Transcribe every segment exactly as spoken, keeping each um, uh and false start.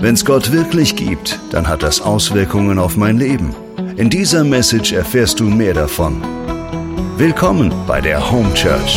Wenn es Gott wirklich gibt, dann hat das Auswirkungen auf mein Leben. In dieser Message erfährst du mehr davon. Willkommen bei der Home Church.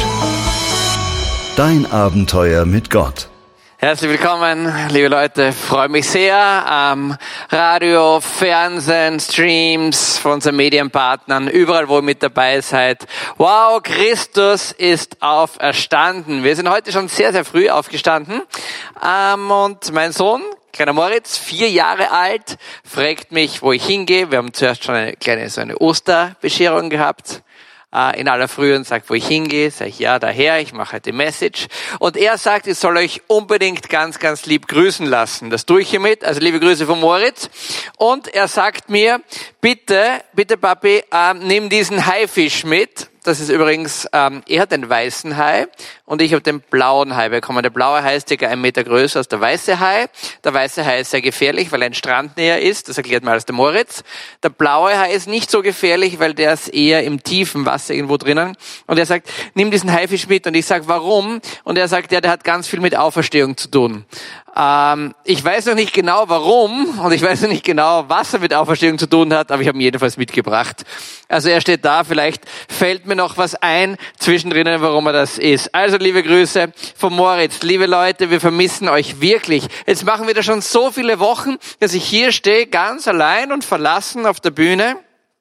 Dein Abenteuer mit Gott. Herzlich willkommen, liebe Leute. Ich freue mich sehr am Radio, Fernsehen, Streams von unseren Medienpartnern, überall, wo ihr mit dabei seid. Wow, Christus ist auferstanden. Wir sind heute schon sehr, sehr früh aufgestanden. Ähm, und mein Sohn, kleiner Moritz, vier Jahre alt, fragt mich, wo ich hingehe. Wir haben zuerst schon eine kleine so eine Osterbescherung gehabt in aller Frühe und sagt, wo ich hingehe. Sag ich, ja, daher, ich mache halt die Message. Und er sagt, ich soll euch unbedingt ganz, ganz lieb grüßen lassen. Das tue ich hiermit, also liebe Grüße von Moritz. Und er sagt mir, bitte, bitte Papi, ähm, nimm diesen Haifisch mit. Das ist übrigens, ähm, er hat den weißen Hai und ich habe den blauen Hai bekommen. Der blaue Hai ist circa einen Meter größer als der weiße Hai. Der weiße Hai ist sehr gefährlich, weil er ein Strandnäher ist. Das erklärt mir alles der Moritz. Der blaue Hai ist nicht so gefährlich, weil der ist eher im tiefen Wasser irgendwo drinnen. Und er sagt, nimm diesen Haifisch mit. Und ich sage, warum? Und er sagt, ja, der hat ganz viel mit Auferstehung zu tun. Ähm, ich weiß noch nicht genau warum und ich weiß noch nicht genau, was er mit Auferstehung zu tun hat, aber ich habe ihn jedenfalls mitgebracht. Also er steht da, vielleicht fällt mir noch was ein zwischendrin, warum er das ist. Also liebe Grüße von Moritz, liebe Leute, wir vermissen euch wirklich. Jetzt machen wir da schon so viele Wochen, dass ich hier stehe, ganz allein und verlassen auf der Bühne.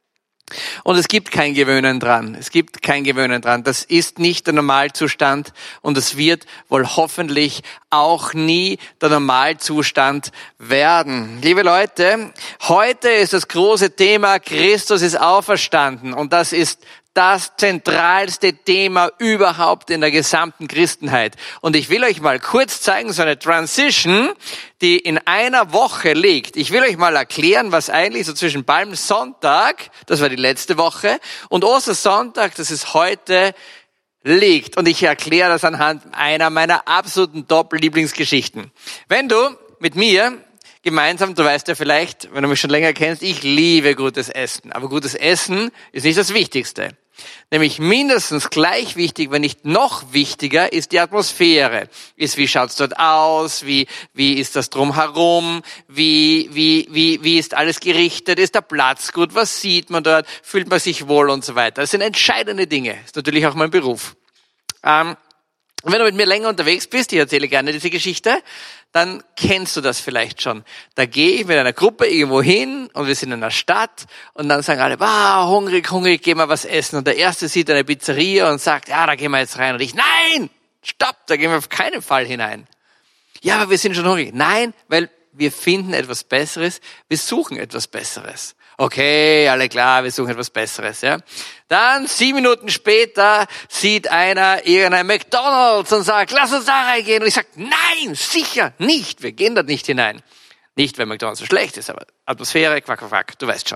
Und es gibt kein Gewöhnen dran. Es gibt kein Gewöhnen dran. Das ist nicht der Normalzustand und es wird wohl hoffentlich auch nie der Normalzustand werden. Liebe Leute, heute ist das große Thema, Christus ist auferstanden und das ist das zentralste Thema überhaupt in der gesamten Christenheit. Und ich will euch mal kurz zeigen, so eine Transition, die in einer Woche liegt. Ich will euch mal erklären, was eigentlich so zwischen Palmsonntag, das war die letzte Woche, und Ostersonntag, das ist heute, liegt. Und ich erkläre das anhand einer meiner absoluten Top-Lieblingsgeschichten. Wenn du mit mir gemeinsam, du weißt ja vielleicht, wenn du mich schon länger kennst, ich liebe gutes Essen. Aber gutes Essen ist nicht das Wichtigste. Nämlich mindestens gleich wichtig, wenn nicht noch wichtiger, ist die Atmosphäre. Ist, wie schaut's dort aus? Wie, wie ist das drumherum? Wie, wie, wie, wie ist alles gerichtet? Ist der Platz gut? Was sieht man dort? Fühlt man sich wohl und so weiter? Das sind entscheidende Dinge. Das ist natürlich auch mein Beruf. Ähm, wenn du mit mir länger unterwegs bist, ich erzähle gerne diese Geschichte, dann kennst du das vielleicht schon. Da gehe ich mit einer Gruppe irgendwo hin und wir sind in einer Stadt und dann sagen alle, wow, hungrig, hungrig, gehen wir was essen. Und der Erste sieht eine Pizzeria und sagt, ja, da gehen wir jetzt rein. Und ich, nein, stopp, da gehen wir auf keinen Fall hinein. Ja, aber wir sind schon hungrig. Nein, weil wir finden etwas Besseres, wir suchen etwas Besseres. Okay, alle klar, wir suchen etwas Besseres, ja. Dann, sieben Minuten später, sieht einer irgendein McDonald's und sagt, lass uns da reingehen. Und ich sage, nein, sicher nicht, wir gehen dort nicht hinein. Nicht, weil McDonald's so schlecht ist, aber Atmosphäre, quack, quack, quack, du weißt schon.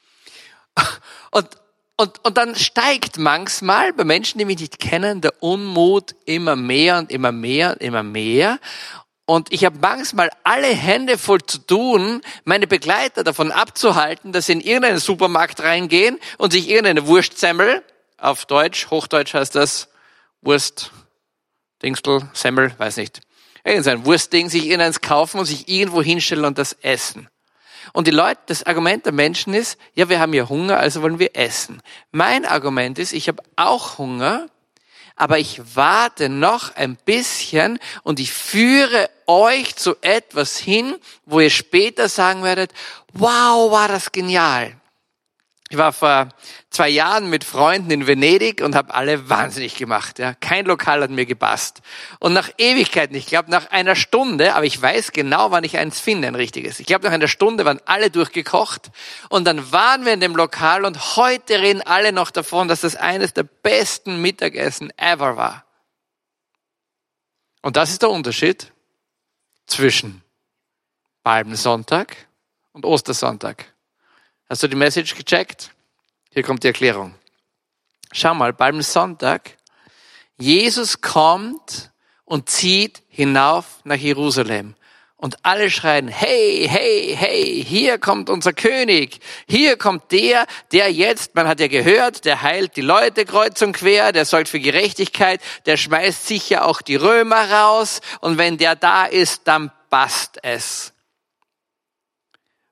Und, und, und dann steigt manchmal bei Menschen, die mich nicht kennen, der Unmut immer mehr und immer mehr und immer mehr. Und ich habe manchmal alle Hände voll zu tun, meine Begleiter davon abzuhalten, dass sie in irgendeinen Supermarkt reingehen und sich irgendeine Wurstsemmel, auf Deutsch, Hochdeutsch heißt das Wurst, Dingstel, Semmel, weiß nicht, irgendein Wurstding, sich irgendeins kaufen und sich irgendwo hinstellen und das essen. Und die Leute, das Argument der Menschen ist, ja, wir haben ja Hunger, also wollen wir essen. Mein Argument ist, ich habe auch Hunger, aber ich warte noch ein bisschen und ich führe euch zu etwas hin, wo ihr später sagen werdet, wow, war das genial. Ich war vor zwei Jahren mit Freunden in Venedig und habe alle wahnsinnig gemacht. Ja, kein Lokal hat mir gepasst. Und nach Ewigkeiten, ich glaube nach einer Stunde, aber ich weiß genau, wann ich eins finde, ein richtiges. Ich glaube nach einer Stunde waren alle durchgekocht und dann waren wir in dem Lokal und heute reden alle noch davon, dass das eines der besten Mittagessen ever war. Und das ist der Unterschied zwischen Palmsonntag und Ostersonntag. Hast du die Message gecheckt? Hier kommt die Erklärung. Schau mal, Palmsonntag, Jesus kommt und zieht hinauf nach Jerusalem. Und alle schreien, hey, hey, hey, hier kommt unser König. Hier kommt der, der jetzt, man hat ja gehört, der heilt die Leute kreuz und quer, der sorgt für Gerechtigkeit, der schmeißt sicher auch die Römer raus. Und wenn der da ist, dann passt es.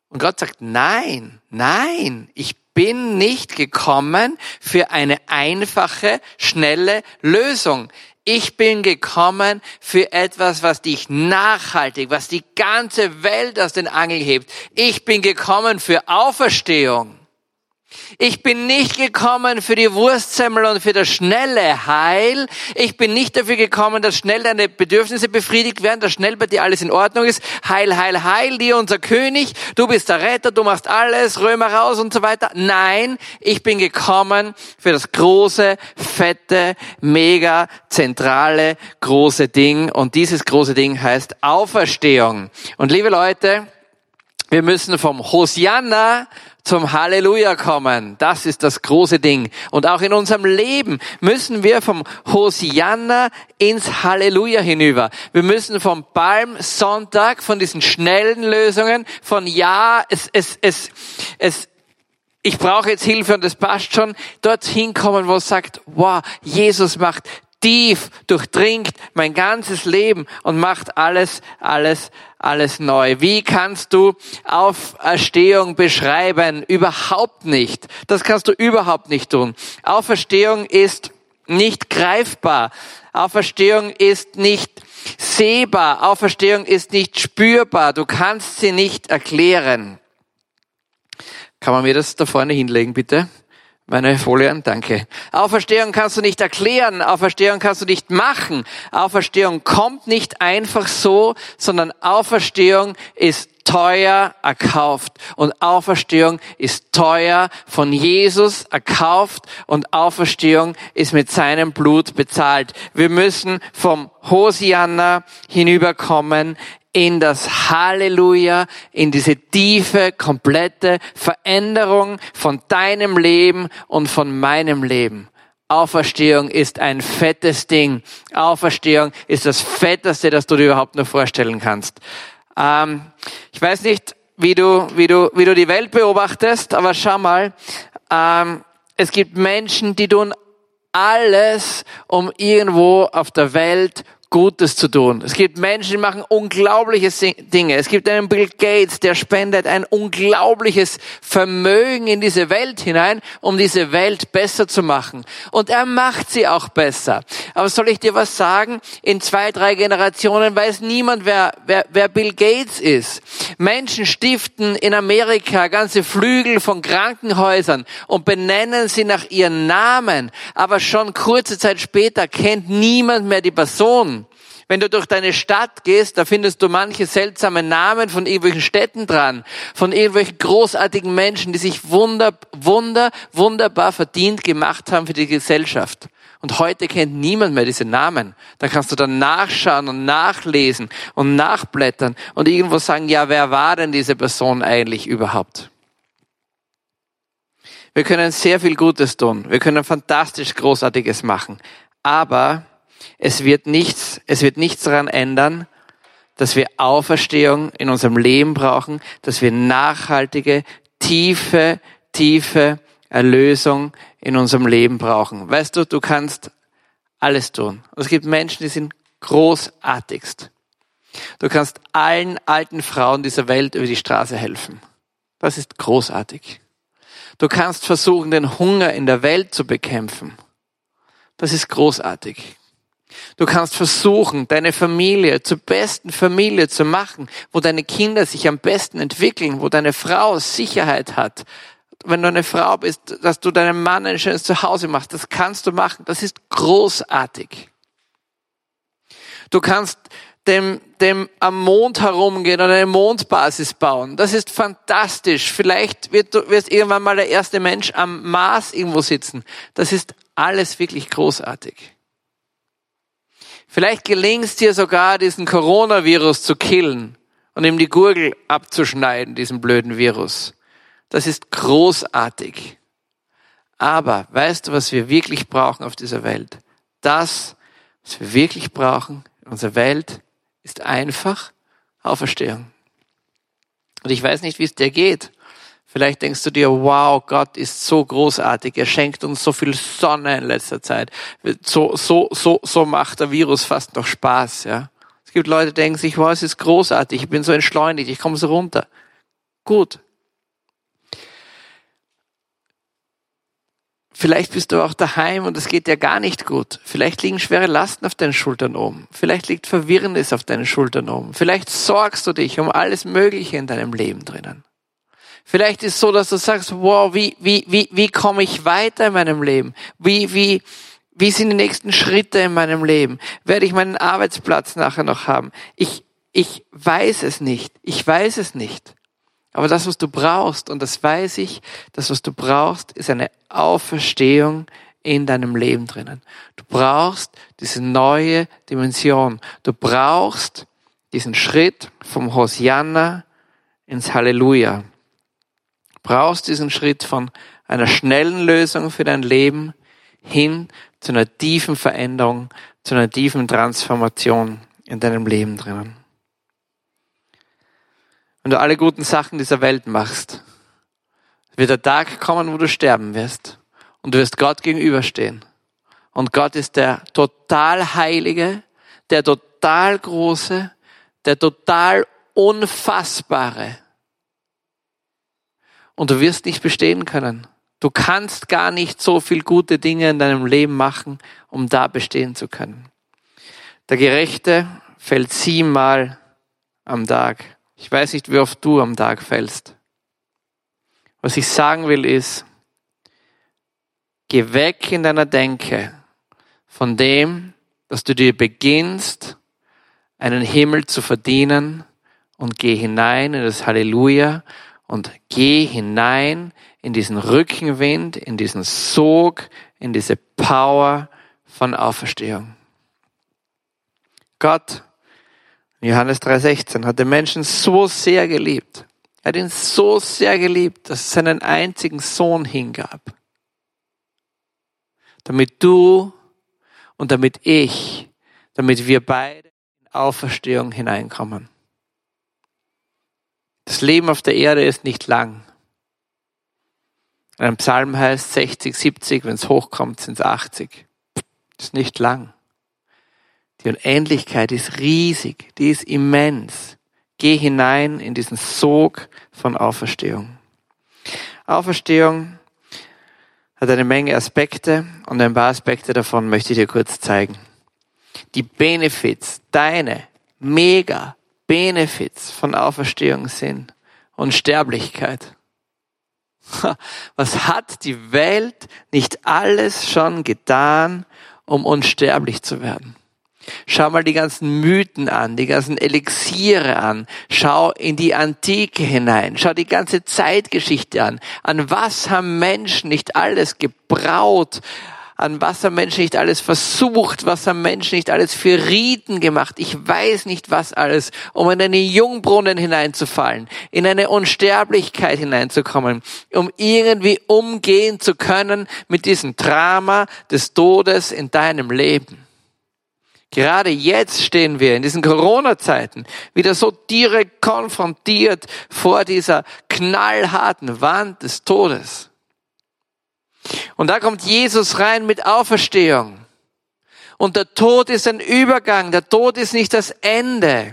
Und Gott sagt, nein, nein, ich bin nicht gekommen für eine einfache, schnelle Lösung. Ich bin gekommen für etwas, was dich nachhaltig, was die ganze Welt aus den Angeln hebt. Ich bin gekommen für Auferstehung. Ich bin nicht gekommen für die Wurstsemmel und für das schnelle Heil. Ich bin nicht dafür gekommen, dass schnell deine Bedürfnisse befriedigt werden, dass schnell bei dir alles in Ordnung ist. Heil, heil, heil, dir unser König. Du bist der Retter, du machst alles, Römer raus und so weiter. Nein, ich bin gekommen für das große, fette, mega, zentrale, große Ding. Und dieses große Ding heißt Auferstehung. Und liebe Leute, wir müssen vom Hosianna zum Halleluja kommen. Das ist das große Ding. Und auch in unserem Leben müssen wir vom Hosianna ins Halleluja hinüber. Wir müssen vom Palmsonntag, von diesen schnellen Lösungen, von ja, es, es, es, es, ich brauche jetzt Hilfe und das passt schon, dorthin kommen, wo es sagt, wow, Jesus macht tief, durchdringt mein ganzes Leben und macht alles, alles, alles neu. Wie kannst du Auferstehung beschreiben? Überhaupt nicht. Das kannst du überhaupt nicht tun. Auferstehung ist nicht greifbar. Auferstehung ist nicht sehbar. Auferstehung ist nicht spürbar. Du kannst sie nicht erklären. Kann man mir das da vorne hinlegen, bitte? Meine Folien, danke. Auferstehung kannst du nicht erklären, Auferstehung kannst du nicht machen. Auferstehung kommt nicht einfach so, sondern Auferstehung ist teuer erkauft. Und Auferstehung ist teuer von Jesus erkauft und Auferstehung ist mit seinem Blut bezahlt. Wir müssen vom Hosianna hinüberkommen in das Halleluja, in diese tiefe, komplette Veränderung von deinem Leben und von meinem Leben. Auferstehung ist ein fettes Ding. Auferstehung ist das Fetteste, das du dir überhaupt nur vorstellen kannst. Ähm, ich weiß nicht, wie du, wie du, wie du die Welt beobachtest, aber schau mal, ähm, es gibt Menschen, die tun alles, um irgendwo auf der Welt Gutes zu tun. Es gibt Menschen, die machen unglaubliche Dinge. Es gibt einen Bill Gates, der spendet ein unglaubliches Vermögen in diese Welt hinein, um diese Welt besser zu machen. Und er macht sie auch besser. Aber soll ich dir was sagen? In zwei, drei Generationen weiß niemand, wer, wer, wer Bill Gates ist. Menschen stiften in Amerika ganze Flügel von Krankenhäusern und benennen sie nach ihren Namen. Aber schon kurze Zeit später kennt niemand mehr die Person. Wenn du durch deine Stadt gehst, da findest du manche seltsame Namen von irgendwelchen Städten dran, von irgendwelchen großartigen Menschen, die sich wunder, wunder, wunderbar verdient gemacht haben für die Gesellschaft. Und heute kennt niemand mehr diese Namen. Da kannst du dann nachschauen und nachlesen und nachblättern und irgendwo sagen, ja, wer war denn diese Person eigentlich überhaupt? Wir können sehr viel Gutes tun. Wir können fantastisch Großartiges machen. Aber Es wird nichts, es wird nichts daran ändern, dass wir Auferstehung in unserem Leben brauchen, dass wir nachhaltige, tiefe, tiefe Erlösung in unserem Leben brauchen. Weißt du, du kannst alles tun. Und es gibt Menschen, die sind großartigst. Du kannst allen alten Frauen dieser Welt über die Straße helfen. Das ist großartig. Du kannst versuchen, den Hunger in der Welt zu bekämpfen. Das ist großartig. Du kannst versuchen, deine Familie zur besten Familie zu machen, wo deine Kinder sich am besten entwickeln, wo deine Frau Sicherheit hat. Wenn du eine Frau bist, dass du deinem Mann ein schönes Zuhause machst, das kannst du machen. Das ist großartig. Du kannst dem, dem am Mond herumgehen und eine Mondbasis bauen. Das ist fantastisch. Vielleicht wird du, wirst irgendwann mal der erste Mensch am Mars irgendwo sitzen. Das ist alles wirklich großartig. Vielleicht gelingt es dir sogar, diesen Coronavirus zu killen und ihm die Gurgel abzuschneiden, diesen blöden Virus. Das ist großartig. Aber weißt du, was wir wirklich brauchen auf dieser Welt? Das, was wir wirklich brauchen in unserer Welt, ist einfach Auferstehung. Und ich weiß nicht, wie es dir geht. Vielleicht denkst du dir, wow, Gott ist so großartig. Er schenkt uns so viel Sonne in letzter Zeit. So, so, so, so macht der Virus fast noch Spaß, ja. Es gibt Leute, die denken sich, wow, es ist großartig. Ich bin so entschleunigt. Ich komme so runter. Gut. Vielleicht bist du auch daheim und es geht dir gar nicht gut. Vielleicht liegen schwere Lasten auf deinen Schultern oben. Vielleicht liegt Verwirrnis auf deinen Schultern oben. Vielleicht sorgst du dich um alles Mögliche in deinem Leben drinnen. Vielleicht ist es so, dass du sagst, wow, wie, wie, wie, wie komme ich weiter in meinem Leben? Wie, wie, wie sind die nächsten Schritte in meinem Leben? Werde ich meinen Arbeitsplatz nachher noch haben? Ich, ich weiß es nicht. Ich weiß es nicht. Aber das, was du brauchst, und das weiß ich, das, was du brauchst, ist eine Auferstehung in deinem Leben drinnen. Du brauchst diese neue Dimension. Du brauchst diesen Schritt vom Hosianna ins Halleluja. Du brauchst diesen Schritt von einer schnellen Lösung für dein Leben hin zu einer tiefen Veränderung, zu einer tiefen Transformation in deinem Leben drinnen. Wenn du alle guten Sachen dieser Welt machst, wird der Tag kommen, wo du sterben wirst. Und du wirst Gott gegenüberstehen. Und Gott ist der total Heilige, der total Große, der total Unfassbare. Und du wirst nicht bestehen können. Du kannst gar nicht so viel gute Dinge in deinem Leben machen, um da bestehen zu können. Der Gerechte fällt siebenmal am Tag. Ich weiß nicht, wie oft du am Tag fällst. Was ich sagen will ist, geh weg in deiner Denke von dem, dass du dir beginnst, einen Himmel zu verdienen und geh hinein in das Halleluja und geh hinein in diesen Rückenwind, in diesen Sog, in diese Power von Auferstehung. Gott, Johannes drei sechzehn, hat den Menschen so sehr geliebt. Er hat ihn so sehr geliebt, dass er seinen einzigen Sohn hingab. Damit du und damit ich, damit wir beide in Auferstehung hineinkommen. Das Leben auf der Erde ist nicht lang. In einem Psalm heißt sechzig, siebzig, wenn es hochkommt, sind es achtzig. Das ist nicht lang. Die Unendlichkeit ist riesig, die ist immens. Geh hinein in diesen Sog von Auferstehung. Auferstehung hat eine Menge Aspekte und ein paar Aspekte davon möchte ich dir kurz zeigen. Die Benefits, deine mega Benefits von Auferstehung sind Unsterblichkeit. Was hat die Welt nicht alles schon getan, um unsterblich zu werden? Schau mal die ganzen Mythen an, die ganzen Elixiere an. Schau in die Antike hinein. Schau die ganze Zeitgeschichte an. An was haben Menschen nicht alles gebraut? An was haben Menschen nicht alles versucht? Was haben Menschen nicht alles für Riten gemacht? Ich weiß nicht was alles, um in einen Jungbrunnen hineinzufallen, in eine Unsterblichkeit hineinzukommen, um irgendwie umgehen zu können mit diesem Drama des Todes in deinem Leben. Gerade jetzt stehen wir in diesen Corona-Zeiten wieder so direkt konfrontiert vor dieser knallharten Wand des Todes. Und da kommt Jesus rein mit Auferstehung. Und der Tod ist ein Übergang, der Tod ist nicht das Ende.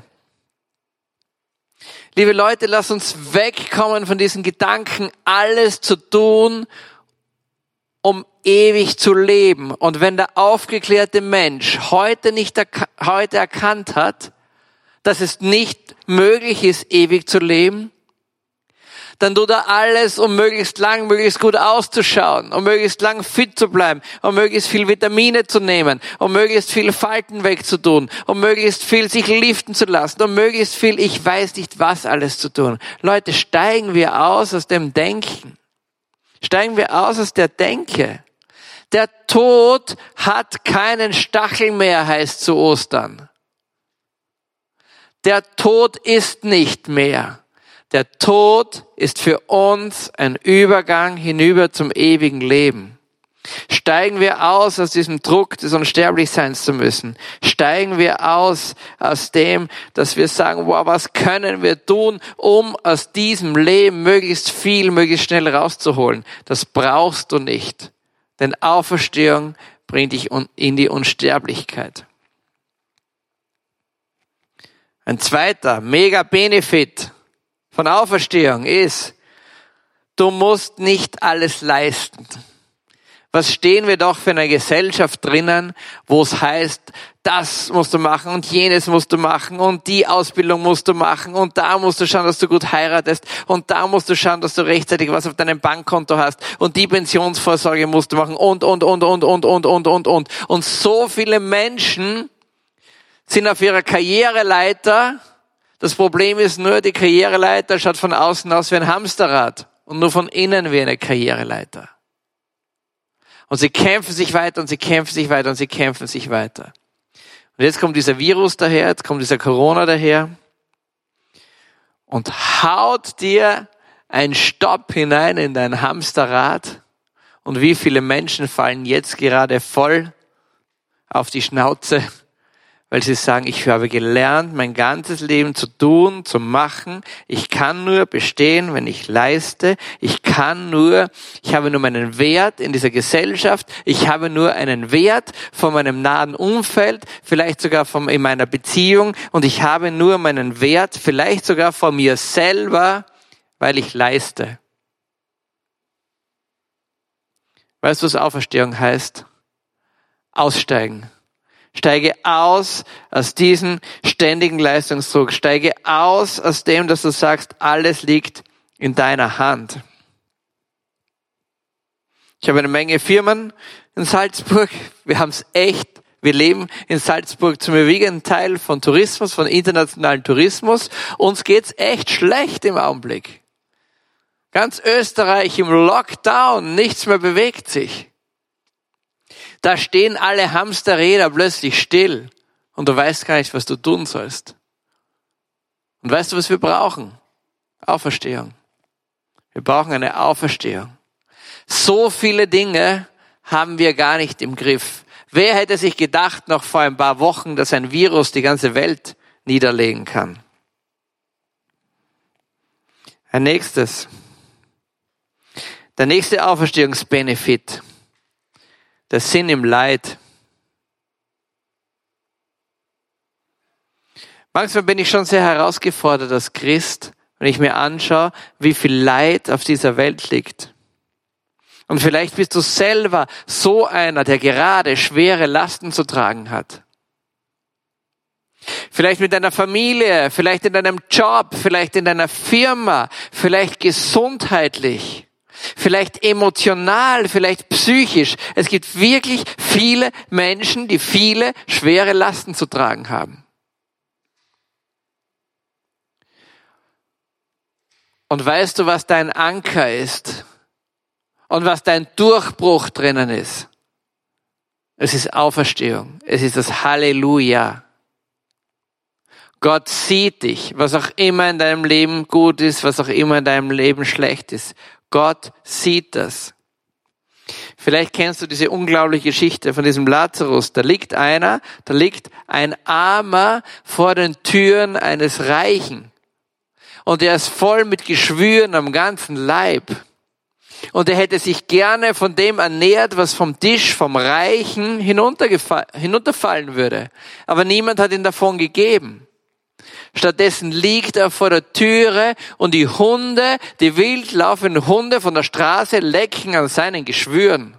Liebe Leute, lasst uns wegkommen von diesen Gedanken, alles zu tun, um ewig zu leben. Und wenn der aufgeklärte Mensch heute nicht erka- heute erkannt hat, dass es nicht möglich ist, ewig zu leben, dann tut er alles, um möglichst lang, möglichst gut auszuschauen, um möglichst lang fit zu bleiben, um möglichst viel Vitamine zu nehmen, um möglichst viel Falten wegzutun, um möglichst viel sich liften zu lassen, um möglichst viel, ich weiß nicht was alles zu tun. Leute, steigen wir aus aus dem Denken. Steigen wir aus aus der Denke. Der Tod hat keinen Stachel mehr, heißt zu Ostern. Der Tod ist nicht mehr. Der Tod ist für uns ein Übergang hinüber zum ewigen Leben. Steigen wir aus aus diesem Druck des Unsterblichseins zu müssen. Steigen wir aus aus dem, dass wir sagen, wow, was können wir tun, um aus diesem Leben möglichst viel, möglichst schnell rauszuholen. Das brauchst du nicht. Denn Auferstehung bringt dich in die Unsterblichkeit. Ein zweiter Mega-Benefit von Auferstehung ist, du musst nicht alles leisten. Was stehen wir doch für eine Gesellschaft drinnen, wo es heißt, das musst du machen und jenes musst du machen und die Ausbildung musst du machen und da musst du schauen, dass du gut heiratest und da musst du schauen, dass du rechtzeitig was auf deinem Bankkonto hast und die Pensionsvorsorge musst du machen und, und, und, und, und, und, und, und, und. Und so viele Menschen sind auf ihrer Karriereleiter. Das Problem ist nur, die Karriereleiter schaut von außen aus wie ein Hamsterrad und nur von innen wie eine Karriereleiter. Und sie kämpfen sich weiter und sie kämpfen sich weiter und sie kämpfen sich weiter. Und jetzt kommt dieser Virus daher, jetzt kommt dieser Corona daher und haut dir einen Stopp hinein in dein Hamsterrad. Und wie viele Menschen fallen jetzt gerade voll auf die Schnauze, weil sie sagen, ich habe gelernt, mein ganzes Leben zu tun, zu machen. Ich kann nur bestehen, wenn ich leiste. Ich kann nur, ich habe nur meinen Wert in dieser Gesellschaft. Ich habe nur einen Wert von meinem nahen Umfeld, vielleicht sogar von, in meiner Beziehung. Und ich habe nur meinen Wert, vielleicht sogar von mir selber, weil ich leiste. Weißt du, was Auferstehung heißt? Aussteigen. Steige aus aus diesem ständigen Leistungsdruck. Steige aus aus dem, dass du sagst, alles liegt in deiner Hand. Ich habe eine Menge Firmen in Salzburg. Wir haben es echt. Wir leben in Salzburg zum überwiegenden Teil von Tourismus, von internationalen Tourismus. Uns geht's echt schlecht im Augenblick. Ganz Österreich im Lockdown. Nichts mehr bewegt sich. Da stehen alle Hamsterräder plötzlich still und du weißt gar nicht, was du tun sollst. Und weißt du, was wir brauchen? Auferstehung. Wir brauchen eine Auferstehung. So viele Dinge haben wir gar nicht im Griff. Wer hätte sich gedacht, noch vor ein paar Wochen, dass ein Virus die ganze Welt niederlegen kann? Ein nächstes. Der nächste Auferstehungsbenefit. Der Sinn im Leid. Manchmal bin ich schon sehr herausgefordert als Christ, wenn ich mir anschaue, wie viel Leid auf dieser Welt liegt. Und vielleicht bist du selber so einer, der gerade schwere Lasten zu tragen hat. Vielleicht mit deiner Familie, vielleicht in deinem Job, vielleicht in deiner Firma, vielleicht gesundheitlich. Vielleicht emotional, vielleicht psychisch. Es gibt wirklich viele Menschen, die viele schwere Lasten zu tragen haben. Und weißt du, was dein Anker ist? Und was dein Durchbruch drinnen ist? Es ist Auferstehung. Es ist das Halleluja. Gott sieht dich, was auch immer in deinem Leben gut ist, was auch immer in deinem Leben schlecht ist. Gott sieht das. Vielleicht kennst du diese unglaubliche Geschichte von diesem Lazarus. Da liegt einer, da liegt ein Armer vor den Türen eines Reichen. Und er ist voll mit Geschwüren am ganzen Leib. Und er hätte sich gerne von dem ernährt, was vom Tisch vom Reichen hinunterfallen würde. Aber niemand hat ihn davon gegeben. Stattdessen liegt er vor der Türe und die Hunde, die wild laufenden Hunde von der Straße lecken an seinen Geschwüren.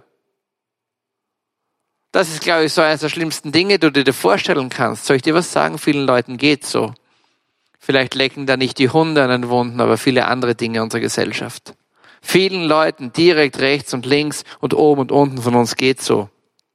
Das ist, glaube ich, so eines der schlimmsten Dinge, die du dir vorstellen kannst. Soll ich dir was sagen? Vielen Leuten geht's so. Vielleicht lecken da nicht die Hunde an den Wunden, aber viele andere Dinge unserer Gesellschaft. Vielen Leuten direkt rechts und links und oben und unten von uns geht's so.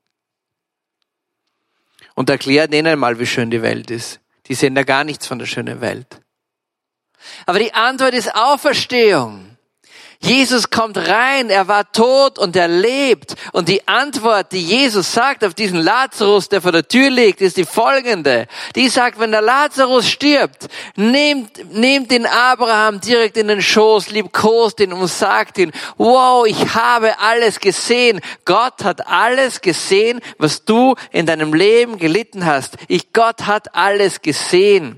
Und erklärt ihnen mal, wie schön die Welt ist. Die sehen da gar nichts von der schönen Welt. Aber die Antwort ist Auferstehung. Jesus kommt rein, er war tot und er lebt. Und die Antwort, die Jesus sagt auf diesen Lazarus, der vor der Tür liegt, ist die folgende. Die sagt, wenn der Lazarus stirbt, nehmt, nehmt den Abraham direkt in den Schoß, liebkost ihn und sagt ihn, wow, ich habe alles gesehen. Gott hat alles gesehen, was du in deinem Leben gelitten hast. Ich, Gott hat alles gesehen.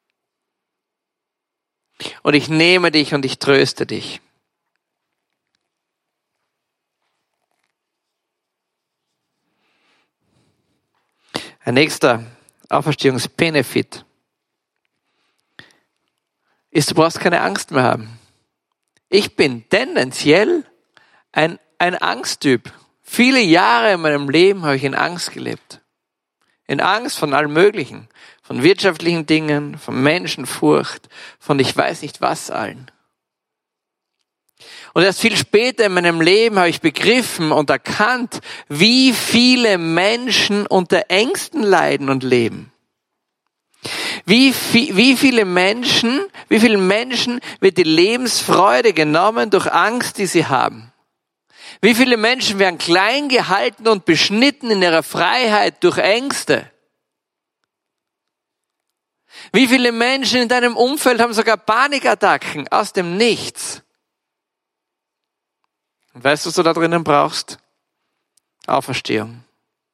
Und ich nehme dich und ich tröste dich. Ein nächster Auferstehungsbenefit ist, du brauchst keine Angst mehr haben. Ich bin tendenziell ein, ein Angsttyp. Viele Jahre in meinem Leben habe ich in Angst gelebt. In Angst von allem Möglichen. Von wirtschaftlichen Dingen, von Menschenfurcht, von ich weiß nicht was allen. Und erst viel später in meinem Leben habe ich begriffen und erkannt, wie viele Menschen unter Ängsten leiden und leben. Wie, wie, wie viele Menschen, wie vielen Menschen wird die Lebensfreude genommen durch Angst, die sie haben? Wie viele Menschen werden klein gehalten und beschnitten in ihrer Freiheit durch Ängste? Wie viele Menschen in deinem Umfeld haben sogar Panikattacken aus dem Nichts? Und weißt du, was du da drinnen brauchst? Auferstehung.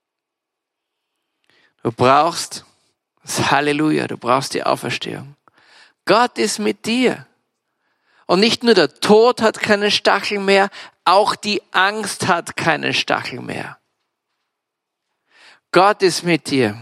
Du brauchst das Halleluja, du brauchst die Auferstehung. Gott ist mit dir. Und nicht nur der Tod hat keine Stachel mehr, auch die Angst hat keine Stachel mehr. Gott ist mit dir.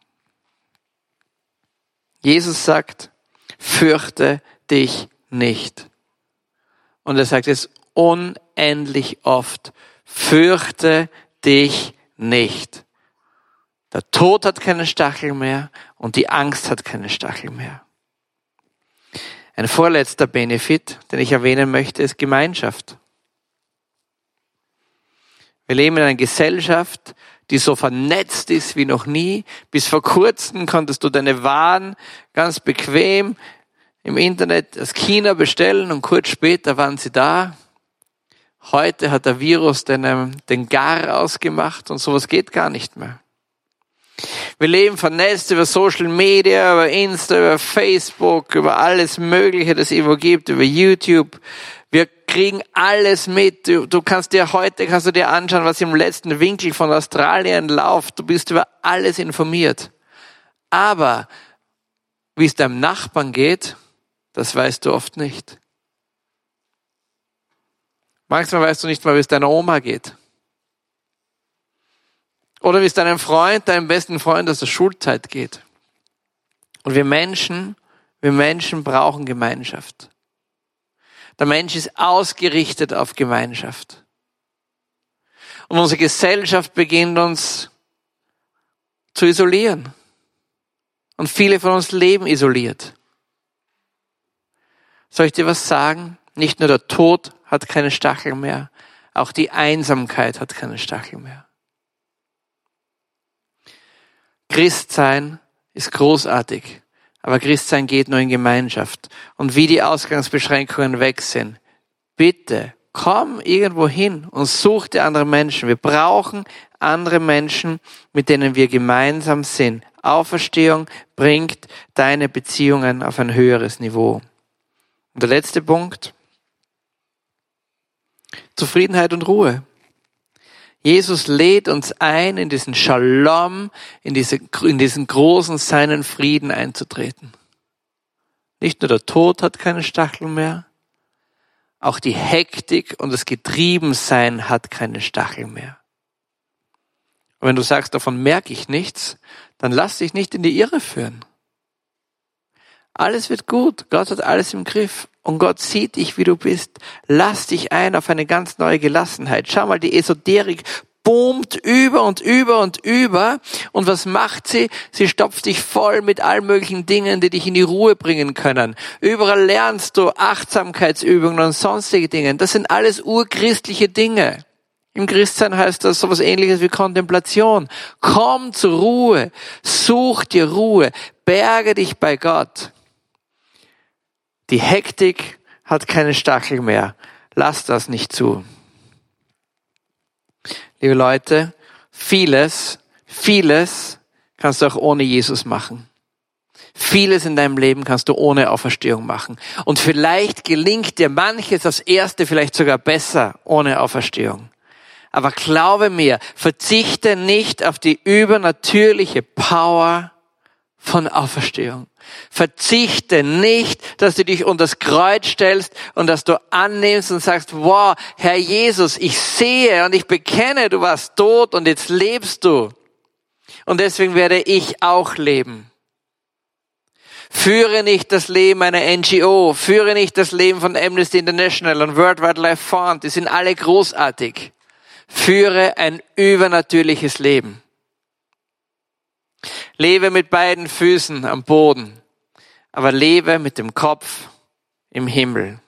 Jesus sagt, fürchte dich nicht. Und er sagt es unendlich oft, fürchte dich nicht. Der Tod hat keine Stachel mehr und die Angst hat keine Stachel mehr. Ein vorletzter Benefit, den ich erwähnen möchte, ist Gemeinschaft. Wir leben in einer Gesellschaft, die so vernetzt ist wie noch nie. Bis vor kurzem konntest du deine Waren ganz bequem im Internet aus China bestellen und kurz später waren sie da. Heute hat der Virus den, den Gar ausgemacht und sowas geht gar nicht mehr. Wir leben vernetzt über Social Media, über Insta, über Facebook, über alles Mögliche, das es irgendwo gibt, über YouTube. Wir kriegen alles mit. Du, du kannst dir heute, kannst du dir anschauen, was im letzten Winkel von Australien läuft. Du bist über alles informiert. Aber wie es deinem Nachbarn geht, das weißt du oft nicht. Manchmal weißt du nicht mal, wie es deiner Oma geht. Oder wie es deinem Freund, deinem besten Freund aus der Schulzeit geht. Und wir Menschen, wir Menschen brauchen Gemeinschaft. Der Mensch ist ausgerichtet auf Gemeinschaft. Und unsere Gesellschaft beginnt uns zu isolieren. Und viele von uns leben isoliert. Soll ich dir was sagen? Nicht nur der Tod hat keine Stachel mehr, auch die Einsamkeit hat keine Stachel mehr. Christsein ist großartig, aber Christsein geht nur in Gemeinschaft. Und wie die Ausgangsbeschränkungen weg sind, bitte komm irgendwo hin und such dir andere Menschen. Wir brauchen andere Menschen, mit denen wir gemeinsam sind. Auferstehung bringt deine Beziehungen auf ein höheres Niveau. Und der letzte Punkt: Zufriedenheit und Ruhe. Jesus lädt uns ein, in diesen Shalom, in, diese, in diesen großen seinen Frieden einzutreten. Nicht nur der Tod hat keine Stachel mehr, auch die Hektik und das Getriebensein hat keine Stachel mehr. Und wenn du sagst, davon merke ich nichts, dann lass dich nicht in die Irre führen. Alles wird gut, Gott hat alles im Griff und Gott sieht dich, wie du bist. Lass dich ein auf eine ganz neue Gelassenheit. Schau mal, die Esoterik boomt über und über und über. Und was macht sie? Sie stopft dich voll mit allen möglichen Dingen, die dich in die Ruhe bringen können. Überall lernst du Achtsamkeitsübungen und sonstige Dinge. Das sind alles urchristliche Dinge. Im Christsein heißt das sowas Ähnliches wie Kontemplation. Komm zur Ruhe, such dir Ruhe, berge dich bei Gott. Die Hektik hat keine Stachel mehr. Lass das nicht zu. Liebe Leute, vieles, vieles kannst du auch ohne Jesus machen. Vieles in deinem Leben kannst du ohne Auferstehung machen. Und vielleicht gelingt dir manches aufs Erste vielleicht sogar besser ohne Auferstehung. Aber glaube mir, verzichte nicht auf die übernatürliche Power von Auferstehung. Verzichte nicht, dass du dich unter das Kreuz stellst und dass du annimmst und sagst, wow, Herr Jesus, ich sehe und ich bekenne, du warst tot und jetzt lebst du. Und deswegen werde ich auch leben. Führe nicht das Leben einer N G O, führe nicht das Leben von Amnesty International und World Wildlife Fund, die sind alle großartig. Führe ein übernatürliches Leben. Lebe mit beiden Füßen am Boden, aber lebe mit dem Kopf im Himmel.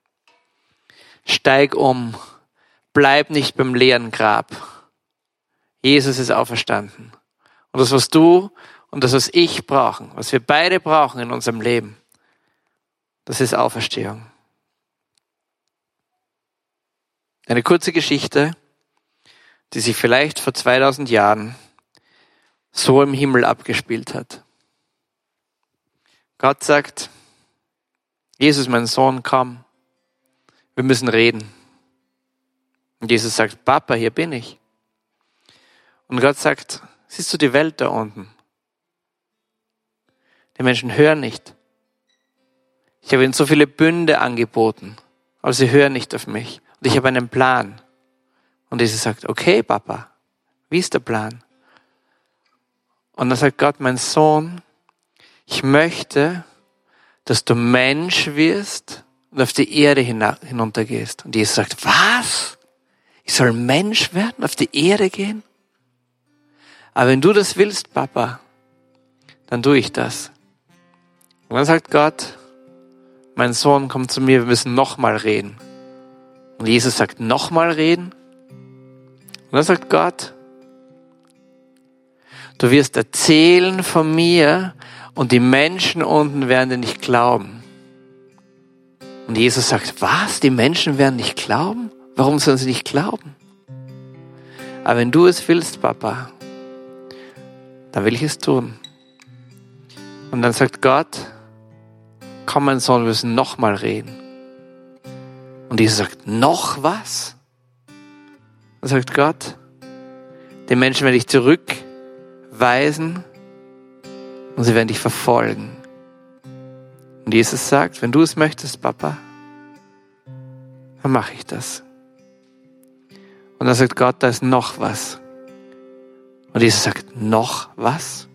Steig um, bleib nicht beim leeren Grab. Jesus ist auferstanden. Und das, was du und das, was ich brauchen, was wir beide brauchen in unserem Leben, das ist Auferstehung. Eine kurze Geschichte, die sich vielleicht vor zweitausend Jahren so im Himmel abgespielt hat. Gott sagt, Jesus, mein Sohn, komm, wir müssen reden. Und Jesus sagt, Papa, hier bin ich. Und Gott sagt, siehst du die Welt da unten? Die Menschen hören nicht. Ich habe ihnen so viele Bünde angeboten, aber sie hören nicht auf mich. Und ich habe einen Plan. Und Jesus sagt, okay, Papa, wie ist der Plan? Und dann sagt Gott, mein Sohn, ich möchte, dass du Mensch wirst und auf die Erde hinuntergehst. Und Jesus sagt, was? Ich soll Mensch werden, auf die Erde gehen? Aber wenn du das willst, Papa, dann tue ich das. Und dann sagt Gott, mein Sohn, komm zu mir, wir müssen nochmal reden. Und Jesus sagt, nochmal reden? Und dann sagt Gott, du wirst erzählen von mir und die Menschen unten werden dir nicht glauben. Und Jesus sagt, was? Die Menschen werden nicht glauben? Warum sollen sie nicht glauben? Aber wenn du es willst, Papa, dann will ich es tun. Und dann sagt Gott, komm mein Sohn, wir müssen nochmal reden. Und Jesus sagt, noch was? Dann sagt Gott, die Menschen werden dich zurückweisen und sie werden dich verfolgen. Und Jesus sagt, wenn du es möchtest, Papa, dann mache ich das. Und dann sagt Gott, da ist noch was. Und Jesus sagt, noch was?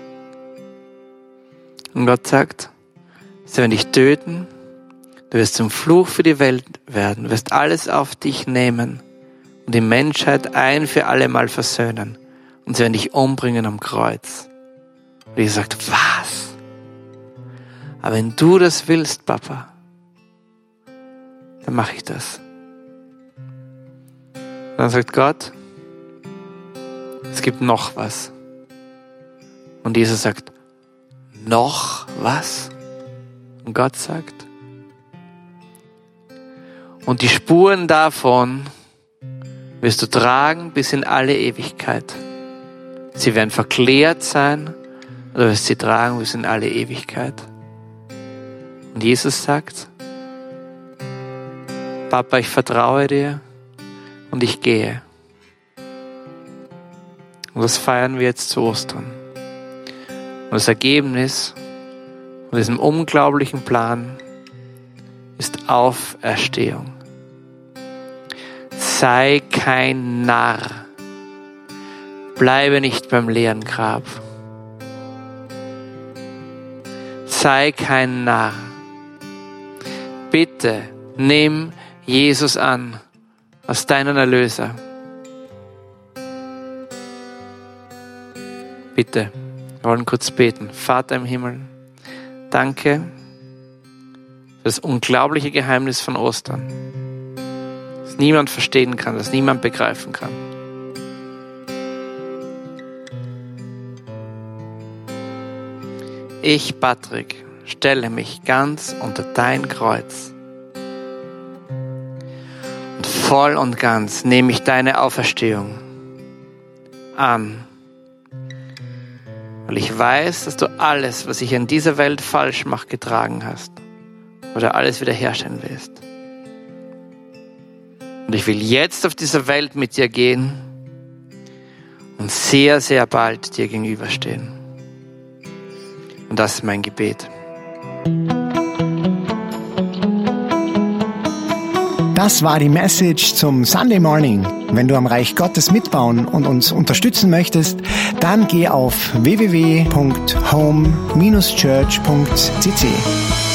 Und Gott sagt, sie werden dich töten, du wirst zum Fluch für die Welt werden, du wirst alles auf dich nehmen und die Menschheit ein für alle Mal versöhnen. Und sie werden dich umbringen am Kreuz. Und Jesus sagt, was? Aber wenn du das willst, Papa, dann mache ich das. Und dann sagt Gott, es gibt noch was. Und Jesus sagt, noch was? Und Gott sagt, und die Spuren davon wirst du tragen bis in alle Ewigkeit. Sie werden verklärt sein, oder wirst sie tragen bis in alle Ewigkeit. Und Jesus sagt, Papa, ich vertraue dir und ich gehe. Und das feiern wir jetzt zu Ostern. Und das Ergebnis von diesem unglaublichen Plan ist Auferstehung. Sei kein Narr. Bleibe nicht beim leeren Grab. Sei kein Narr. Bitte nimm Jesus an als deinen Erlöser. Bitte, wir wollen kurz beten. Vater im Himmel, danke für das unglaubliche Geheimnis von Ostern, das niemand verstehen kann, das niemand begreifen kann. Ich, Patrick, stelle mich ganz unter dein Kreuz. Und voll und ganz nehme ich deine Auferstehung an. Weil ich weiß, dass du alles, was ich in dieser Welt falsch mache, getragen hast. Oder alles wiederherstellen willst. Und ich will jetzt auf dieser Welt mit dir gehen und sehr, sehr bald dir gegenüberstehen. Und das ist mein Gebet. Das war die Message zum Sunday Morning. Wenn du am Reich Gottes mitbauen und uns unterstützen möchtest, dann geh auf w w w punkt home Bindestrich church punkt c c.